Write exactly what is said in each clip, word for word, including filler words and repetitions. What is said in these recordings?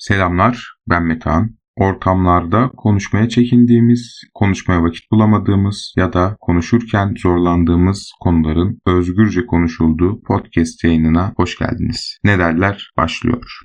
Selamlar, ben Metehan. Ortamlarda konuşmaya çekindiğimiz, konuşmaya vakit bulamadığımız ya da konuşurken zorlandığımız konuların özgürce konuşulduğu podcast yayınına hoş geldiniz. Ne derler? Başlıyor.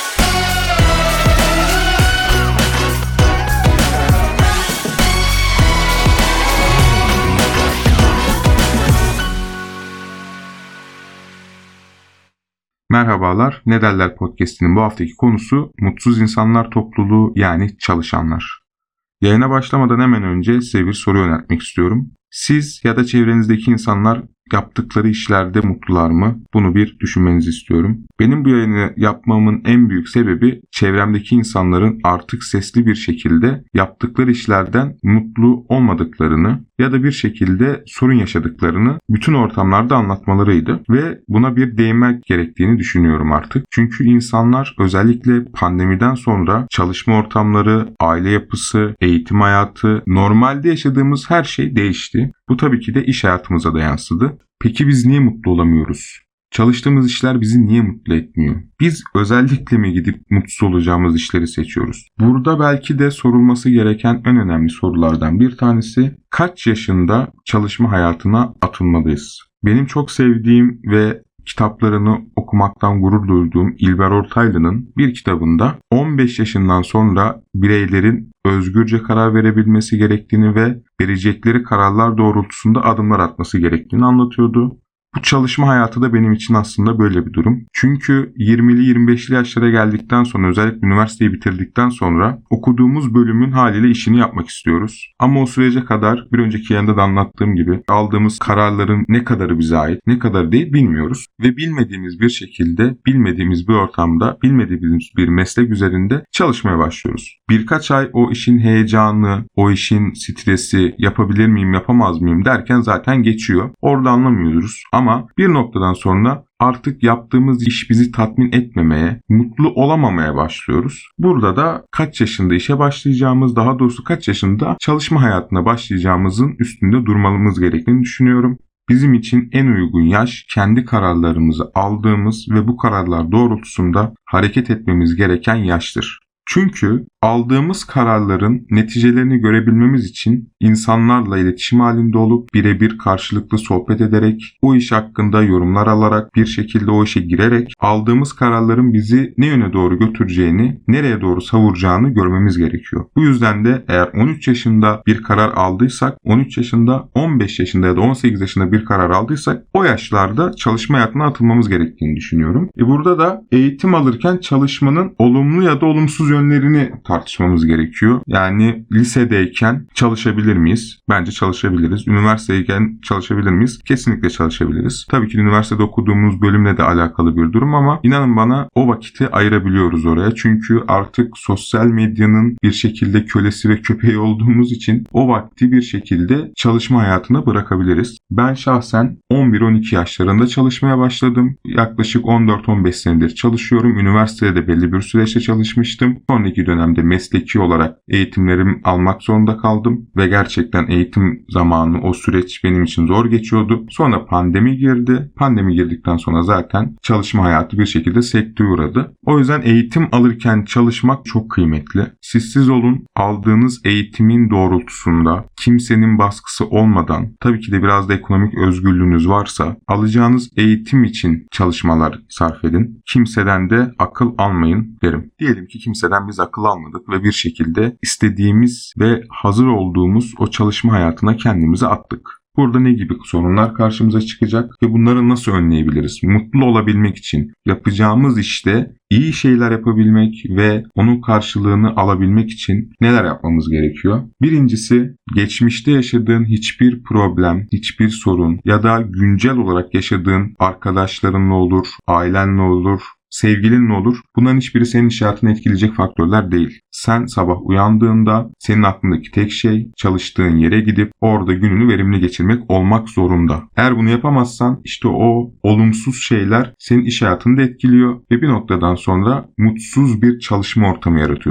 Merhabalar, Ne Derler Podcast'inin bu haftaki konusu mutsuz insanlar topluluğu, yani çalışanlar. Yayına başlamadan hemen önce size bir soru yöneltmek istiyorum. Siz ya da çevrenizdeki insanlar yaptıkları işlerde mutlular mı? Bunu bir düşünmenizi istiyorum. Benim bu yayını yapmamın en büyük sebebi çevremdeki insanların artık sesli bir şekilde yaptıkları işlerden mutlu olmadıklarını ya da bir şekilde sorun yaşadıklarını bütün ortamlarda anlatmalarıydı ve buna bir değinmek gerektiğini düşünüyorum artık. Çünkü insanlar özellikle pandemiden sonra çalışma ortamları, aile yapısı, eğitim hayatı, normalde yaşadığımız her şey değişti. Bu tabii ki de iş hayatımıza da yansıdı. Peki biz niye mutlu olamıyoruz? Çalıştığımız işler bizi niye mutlu etmiyor? Biz özellikle mi gidip mutsuz olacağımız işleri seçiyoruz? Burada belki de sorulması gereken en önemli sorulardan bir tanesi, kaç yaşında çalışma hayatına atılmalıyız? Benim çok sevdiğim ve kitaplarını okumaktan gurur duyduğum İlber Ortaylı'nın bir kitabında on beş yaşından sonra bireylerin özgürce karar verebilmesi gerektiğini ve verecekleri kararlar doğrultusunda adımlar atması gerektiğini anlatıyordu. Bu çalışma hayatı da benim için aslında böyle bir durum. Çünkü yirmili yirmi beşli yaşlara geldikten sonra, özellikle üniversiteyi bitirdikten sonra okuduğumuz bölümün haliyle işini yapmak istiyoruz. Ama o sürece kadar bir önceki yayında da anlattığım gibi aldığımız kararların ne kadarı bize ait, ne kadarı değil bilmiyoruz. Ve bilmediğimiz bir şekilde, bilmediğimiz bir ortamda, bilmediğimiz bir meslek üzerinde çalışmaya başlıyoruz. Birkaç ay o işin heyecanı, o işin stresi, yapabilir miyim, yapamaz mıyım derken zaten geçiyor. Orada anlamıyoruz. Ama bir noktadan sonra artık yaptığımız iş bizi tatmin etmemeye, mutlu olamamaya başlıyoruz. Burada da kaç yaşında işe başlayacağımız, daha doğrusu kaç yaşında çalışma hayatına başlayacağımızın üstünde durmamız gerektiğini düşünüyorum. Bizim için en uygun yaş, kendi kararlarımızı aldığımız ve bu kararlar doğrultusunda hareket etmemiz gereken yaştır. Çünkü aldığımız kararların neticelerini görebilmemiz için insanlarla iletişim halinde olup birebir karşılıklı sohbet ederek, o iş hakkında yorumlar alarak, bir şekilde o işe girerek aldığımız kararların bizi ne yöne doğru götüreceğini, nereye doğru savuracağını görmemiz gerekiyor. Bu yüzden de eğer on üç yaşında bir karar aldıysak, on üç yaşında, on beş yaşında ya da on sekiz yaşında bir karar aldıysak o yaşlarda çalışma hayatına atılmamız gerektiğini düşünüyorum. E burada da eğitim alırken çalışmanın olumlu ya da olumsuz yönlerini tartışmamız gerekiyor. Yani lisedeyken çalışabilir miyiz? Bence çalışabiliriz. Üniversiteyken çalışabilir miyiz? Kesinlikle çalışabiliriz. Tabii ki üniversitede okuduğumuz bölümle de alakalı bir durum ama inanın bana o vakiti ayırabiliyoruz oraya. Çünkü artık sosyal medyanın bir şekilde kölesi ve köpeği olduğumuz için o vakti bir şekilde çalışma hayatına bırakabiliriz. Ben şahsen on bir on iki yaşlarında çalışmaya başladım. Yaklaşık on dört on beş senedir çalışıyorum. Üniversitede de belli bir süreçte çalışmıştım. Sonraki dönemde mesleki olarak eğitimlerimi almak zorunda kaldım ve gerçekten eğitim zamanı, o süreç benim için zor geçiyordu. Sonra pandemi girdi. Pandemi girdikten sonra zaten çalışma hayatı bir şekilde sekteye uğradı. O yüzden eğitim alırken çalışmak çok kıymetli. Sizsiz olun, aldığınız eğitimin doğrultusunda, kimsenin baskısı olmadan, tabii ki de biraz da ekonomik özgürlüğünüz varsa alacağınız eğitim için çalışmalar sarf edin. Kimseden de akıl almayın derim. Diyelim ki kimseden biz akıl almadık ve bir şekilde istediğimiz ve hazır olduğumuz o çalışma hayatına kendimizi attık. Burada ne gibi sorunlar karşımıza çıkacak ve bunları nasıl önleyebiliriz? Mutlu olabilmek için yapacağımız işte iyi şeyler yapabilmek ve onun karşılığını alabilmek için neler yapmamız gerekiyor? Birincisi, geçmişte yaşadığın hiçbir problem, hiçbir sorun ya da güncel olarak yaşadığın arkadaşlarınla olur, ailenle olur, sevgilin ne olur? Bunların hiçbiri senin iş hayatını etkileyecek faktörler değil. Sen sabah uyandığında senin aklındaki tek şey çalıştığın yere gidip orada gününü verimli geçirmek olmak zorunda. Eğer bunu yapamazsan işte o olumsuz şeyler senin iş hayatını da etkiliyor ve bir noktadan sonra mutsuz bir çalışma ortamı yaratıyorsun.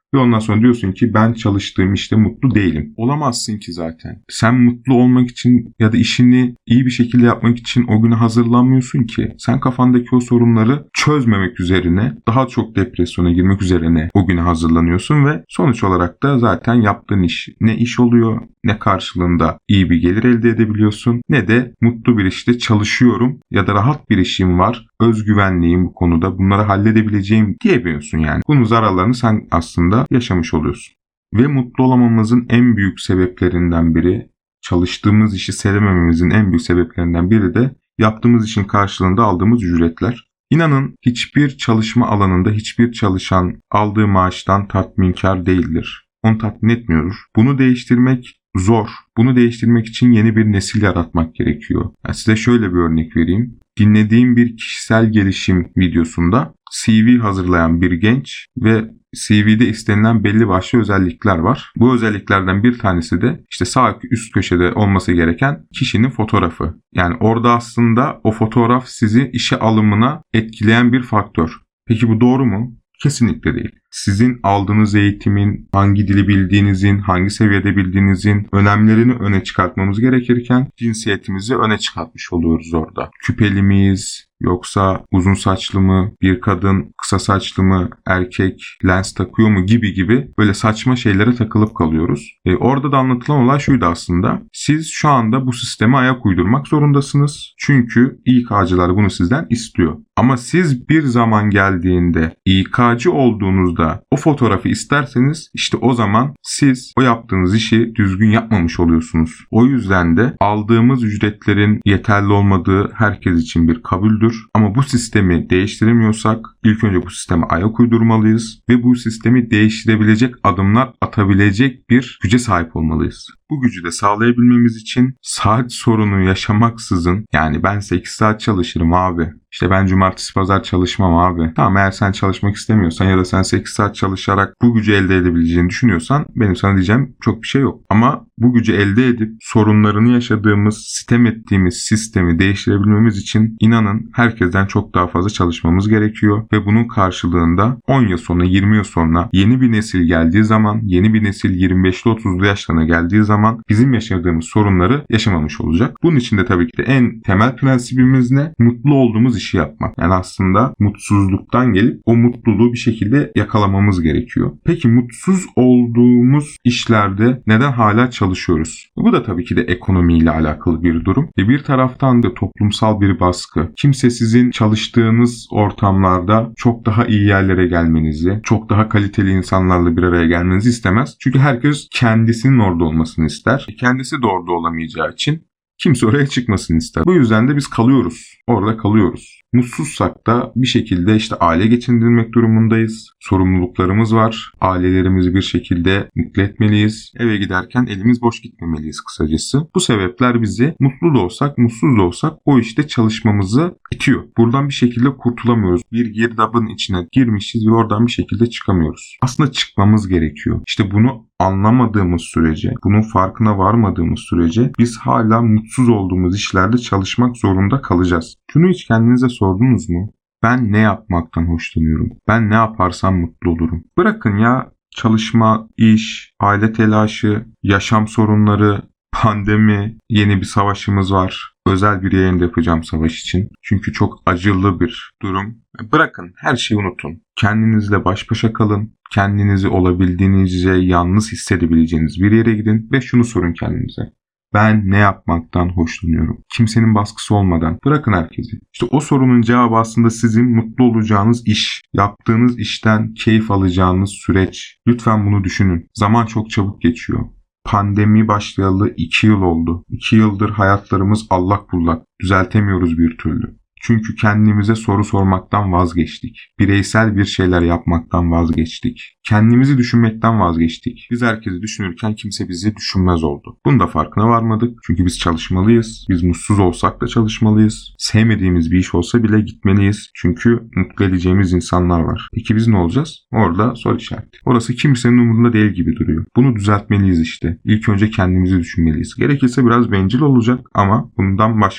Ve ondan sonra diyorsun ki ben çalıştığım işte mutlu değilim. Olamazsın ki zaten. Sen mutlu olmak için ya da işini iyi bir şekilde yapmak için o güne hazırlanmıyorsun ki. Sen kafandaki o sorunları çözmemek üzerine, daha çok depresyona girmek üzerine o güne hazırlanıyorsun ve sonuç olarak da zaten yaptığın iş ne iş oluyor, ne karşılığında iyi bir gelir elde edebiliyorsun, ne de mutlu bir işte çalışıyorum ya da rahat bir işim var, özgüvenliyim bu konuda, bunları halledebileceğim diyemiyorsun yani. Bunun zararlarını sen aslında yaşamış oluyorsun. Ve mutlu olamamızın en büyük sebeplerinden biri, çalıştığımız işi sevmememizin en büyük sebeplerinden biri de yaptığımız işin karşılığında aldığımız ücretler. İnanın hiçbir çalışma alanında hiçbir çalışan aldığı maaştan tatminkar değildir. Onu tatmin etmiyoruz. Bunu değiştirmek zor. Bunu değiştirmek için yeni bir nesil yaratmak gerekiyor. Yani size şöyle bir örnek vereyim. Dinlediğim bir kişisel gelişim videosunda C V hazırlayan bir genç ve C V'de istenilen belli başlı özellikler var. Bu özelliklerden bir tanesi de işte sağ üst köşede olması gereken kişinin fotoğrafı. Yani orada aslında o fotoğraf sizi işe alımına etkileyen bir faktör. Peki bu doğru mu? Kesinlikle değil. Sizin aldığınız eğitimin, hangi dili bildiğinizin, hangi seviyede bildiğinizin önemlerini öne çıkartmamız gerekirken cinsiyetimizi öne çıkartmış oluyoruz orada. Küpeli miyiz? Yoksa uzun saçlı mı, bir kadın kısa saçlı mı, erkek lens takıyor mu gibi gibi böyle saçma şeylere takılıp kalıyoruz. E, orada da anlatılan olay şuydu aslında. Siz şu anda bu sisteme ayak uydurmak zorundasınız. Çünkü İK'cılar bunu sizden istiyor. Ama siz bir zaman geldiğinde İK'cı olduğunuzda o fotoğrafı isterseniz işte o zaman siz o yaptığınız işi düzgün yapmamış oluyorsunuz. O yüzden de aldığımız ücretlerin yeterli olmadığı herkes için bir kabuldür. Ama bu sistemi değiştiremiyorsak ilk önce bu sisteme ayak uydurmalıyız ve bu sistemi değiştirebilecek adımlar atabilecek bir güce sahip olmalıyız. Bu gücü de sağlayabilmemiz için saat sorunu yaşamaksızın, yani ben sekiz saat çalışırım abi, İşte ben cumartesi pazar çalışmam abi. Tamam, eğer sen çalışmak istemiyorsan ya da sen sekiz saat çalışarak bu gücü elde edebileceğini düşünüyorsan benim sana diyeceğim çok bir şey yok. Ama bu gücü elde edip sorunlarını yaşadığımız, sitem ettiğimiz sistemi değiştirebilmemiz için inanın herkesten çok daha fazla çalışmamız gerekiyor ve bunun karşılığında on yıl sonra, yirmi yıl sonra yeni bir nesil geldiği zaman, yeni bir nesil yirmi beşli otuzlu yaşlarına geldiği zaman bizim yaşadığımız sorunları yaşamamış olacak. Bunun için de tabii ki de en temel prensibimiz ne? Mutlu olduğumuz işi yapmak. Yani aslında mutsuzluktan gelip o mutluluğu bir şekilde yakalamamız gerekiyor. Peki mutsuz olduğumuz işlerde neden hala çalışıyoruz? Bu da tabii ki de ekonomiyle alakalı bir durum. Ve bir taraftan da toplumsal bir baskı. Kimse sizin çalıştığınız ortamlarda çok daha iyi yerlere gelmenizi, çok daha kaliteli insanlarla bir araya gelmenizi istemez. Çünkü herkes kendisinin orada olmasını ister. Kendisi de orada olamayacağı için kimse oraya çıkmasını ister. Bu yüzden de biz kalıyoruz. Orada kalıyoruz. Mutsuzsak da bir şekilde işte aile geçindirmek durumundayız. Sorumluluklarımız var. Ailelerimizi bir şekilde mutlu etmeliyiz. Eve giderken elimiz boş gitmemeliyiz kısacası. Bu sebepler bizi mutlu da olsak, mutsuz da olsak o işte çalışmamızı itiyor. Buradan bir şekilde kurtulamıyoruz. Bir girdabın içine girmişiz ve oradan bir şekilde çıkamıyoruz. Aslında çıkmamız gerekiyor. İşte bunu anlamadığımız sürece, bunun farkına varmadığımız sürece biz hala mutsuz olduğumuz işlerde çalışmak zorunda kalacağız. Şunu hiç kendinize sordunuz mu? Ben ne yapmaktan hoşlanıyorum? Ben ne yaparsam mutlu olurum? Bırakın ya çalışma, iş, aile telaşı, yaşam sorunları, pandemi, yeni bir savaşımız var. Özel bir yayın yapacağım savaş için. Çünkü çok acılı bir durum. Bırakın her şeyi unutun. Kendinizle baş başa kalın. Kendinizi olabildiğinizce yalnız hissedebileceğiniz bir yere gidin ve şunu sorun kendinize. Ben ne yapmaktan hoşlanıyorum? Kimsenin baskısı olmadan bırakın herkesi. İşte o sorunun cevabı aslında sizin mutlu olacağınız iş, yaptığınız işten keyif alacağınız süreç. Lütfen bunu düşünün. Zaman çok çabuk geçiyor. Pandemi başlayalı iki yıl oldu. iki yıldır hayatlarımız allak bullak. Düzeltemiyoruz bir türlü. Çünkü kendimize soru sormaktan vazgeçtik. Bireysel bir şeyler yapmaktan vazgeçtik. Kendimizi düşünmekten vazgeçtik. Biz herkesi düşünürken kimse bizi düşünmez oldu. Bunun da farkına varmadık. Çünkü biz çalışmalıyız. Biz mutsuz olsak da çalışmalıyız. Sevmediğimiz bir iş olsa bile gitmeliyiz. Çünkü mutlu edeceğimiz insanlar var. Peki biz ne olacağız? Orada soru işareti. Orası kimsenin umurunda değil gibi duruyor. Bunu düzeltmeliyiz işte. İlk önce kendimizi düşünmeliyiz. Gerekirse biraz bencil olacak ama bundan başka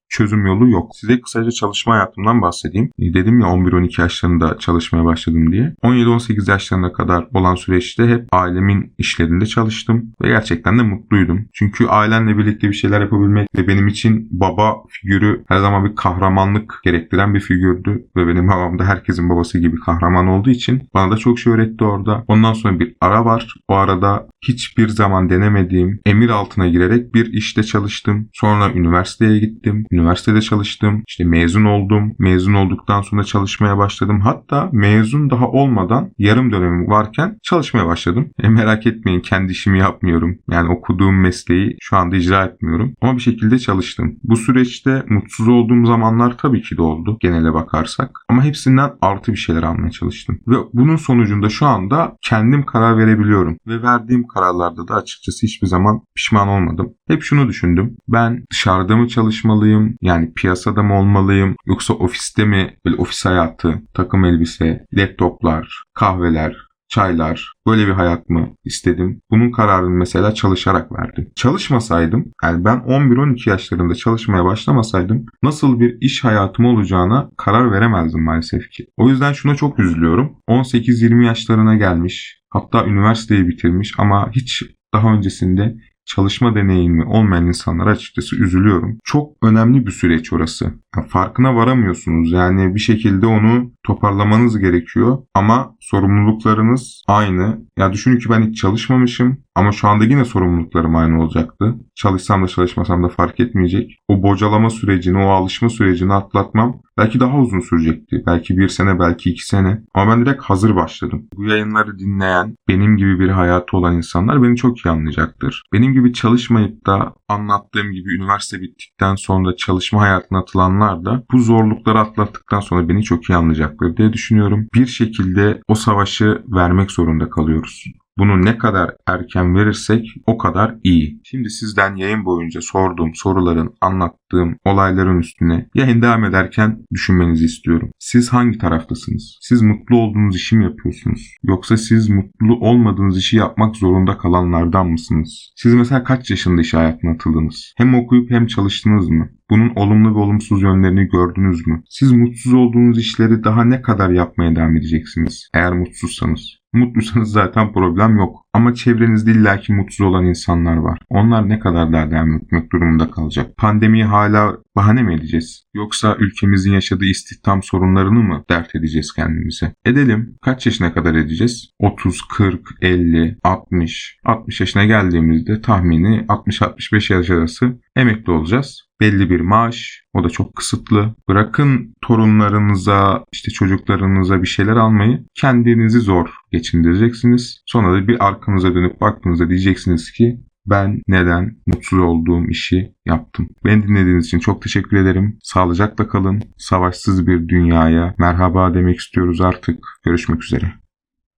çözüm yolu yok. Size kısaca çalışma hayatımdan bahsedeyim. E, dedim ya on bir on iki yaşlarında çalışmaya başladım diye. on yedi on sekiz yaşlarına kadar olan süreçte hep ailemin işlerinde çalıştım ve gerçekten de mutluydum. Çünkü ailenle birlikte bir şeyler yapabilmek ve benim için baba figürü her zaman bir kahramanlık gerektiren bir figürdü ve benim babam da herkesin babası gibi kahraman olduğu için bana da çok şey öğretti orada. Ondan sonra bir ara var. O arada hiçbir zaman denemediğim emir altına girerek bir işte çalıştım. Sonra üniversiteye gittim. Üniversitede çalıştım. İşte mezun oldum. Mezun olduktan sonra çalışmaya başladım. Hatta mezun daha olmadan yarım dönemim varken çalışmaya başladım. E merak etmeyin, kendi işimi yapmıyorum. Yani okuduğum mesleği şu anda icra etmiyorum. Ama bir şekilde çalıştım. Bu süreçte mutsuz olduğum zamanlar tabii ki de oldu genele bakarsak. Ama hepsinden artı bir şeyler almaya çalıştım. Ve bunun sonucunda şu anda kendim karar verebiliyorum. Ve verdiğim kararlarda da açıkçası hiçbir zaman pişman olmadım. Hep şunu düşündüm. Ben dışarıda mı çalışmalıyım? Yani piyasada mı olmalıyım? Yoksa ofiste mi? Böyle ofis hayatı, takım elbise, laptoplar, kahveler, çaylar, böyle bir hayat mı istedim? Bunun kararını mesela çalışarak verdim. Çalışmasaydım, yani ben on bir on iki yaşlarında çalışmaya başlamasaydım nasıl bir iş hayatım olacağına karar veremezdim maalesef ki. O yüzden şuna çok üzülüyorum. on sekiz yirmi yaşlarına gelmiş, hatta üniversiteyi bitirmiş ama hiç daha öncesinde çalışma deneyimi olmayan insanlara açıkçası üzülüyorum. Çok önemli bir süreç orası. Yani farkına varamıyorsunuz. Yani bir şekilde onu toparlamanız gerekiyor. Ama sorumluluklarınız aynı. Ya düşünün ki ben hiç çalışmamışım. Ama şu anda yine sorumluluklarım aynı olacaktı. Çalışsam da çalışmasam da fark etmeyecek. O bocalama sürecini, o alışma sürecini atlatmam belki daha uzun sürecekti. Belki bir sene, belki iki sene. Ama ben direkt hazır başladım. Bu yayınları dinleyen, benim gibi bir hayatı olan insanlar beni çok iyi anlayacaktır. Benim gibi çalışmayıp da anlattığım gibi üniversite bittikten sonra çalışma hayatına atılanlar da bu zorlukları atlattıktan sonra beni çok iyi anlayacaktır diye düşünüyorum. Bir şekilde o savaşı vermek zorunda kalıyoruz. Bunu ne kadar erken verirsek o kadar iyi. Şimdi sizden yayın boyunca sorduğum soruların, anlattığım olayların üstüne yayın devam ederken düşünmenizi istiyorum. Siz hangi taraftasınız? Siz mutlu olduğunuz işi mi yapıyorsunuz? Yoksa siz mutlu olmadığınız işi yapmak zorunda kalanlardan mısınız? Siz mesela kaç yaşında iş hayatına atıldınız? Hem okuyup hem çalıştınız mı? Bunun olumlu ve olumsuz yönlerini gördünüz mü? Siz mutsuz olduğunuz işleri daha ne kadar yapmaya devam edeceksiniz? Eğer mutsuzsanız. Mutluysanız zaten problem yok. Ama çevrenizde illaki mutsuz olan insanlar var. Onlar ne kadar daha devam etmek durumunda kalacak? Pandemiyi hala bahane mi edeceğiz? Yoksa ülkemizin yaşadığı istihdam sorunlarını mı dert edeceğiz kendimize? Edelim. Kaç yaşına kadar edeceğiz? otuz, kırk, elli, altmış. altmış yaşına geldiğimizde tahmini altmış altmış beş yaş arası emekli olacağız. Belli bir maaş, o da çok kısıtlı. Bırakın torunlarınıza, işte çocuklarınıza bir şeyler almayı, kendinizi zor geçindireceksiniz. Sonra da bir arkanıza dönüp baktığınızda diyeceksiniz ki ben neden mutsuz olduğum işi yaptım. Beni dinlediğiniz için çok teşekkür ederim. Sağlıcakla kalın. Savaşsız bir dünyaya merhaba demek istiyoruz artık. Görüşmek üzere.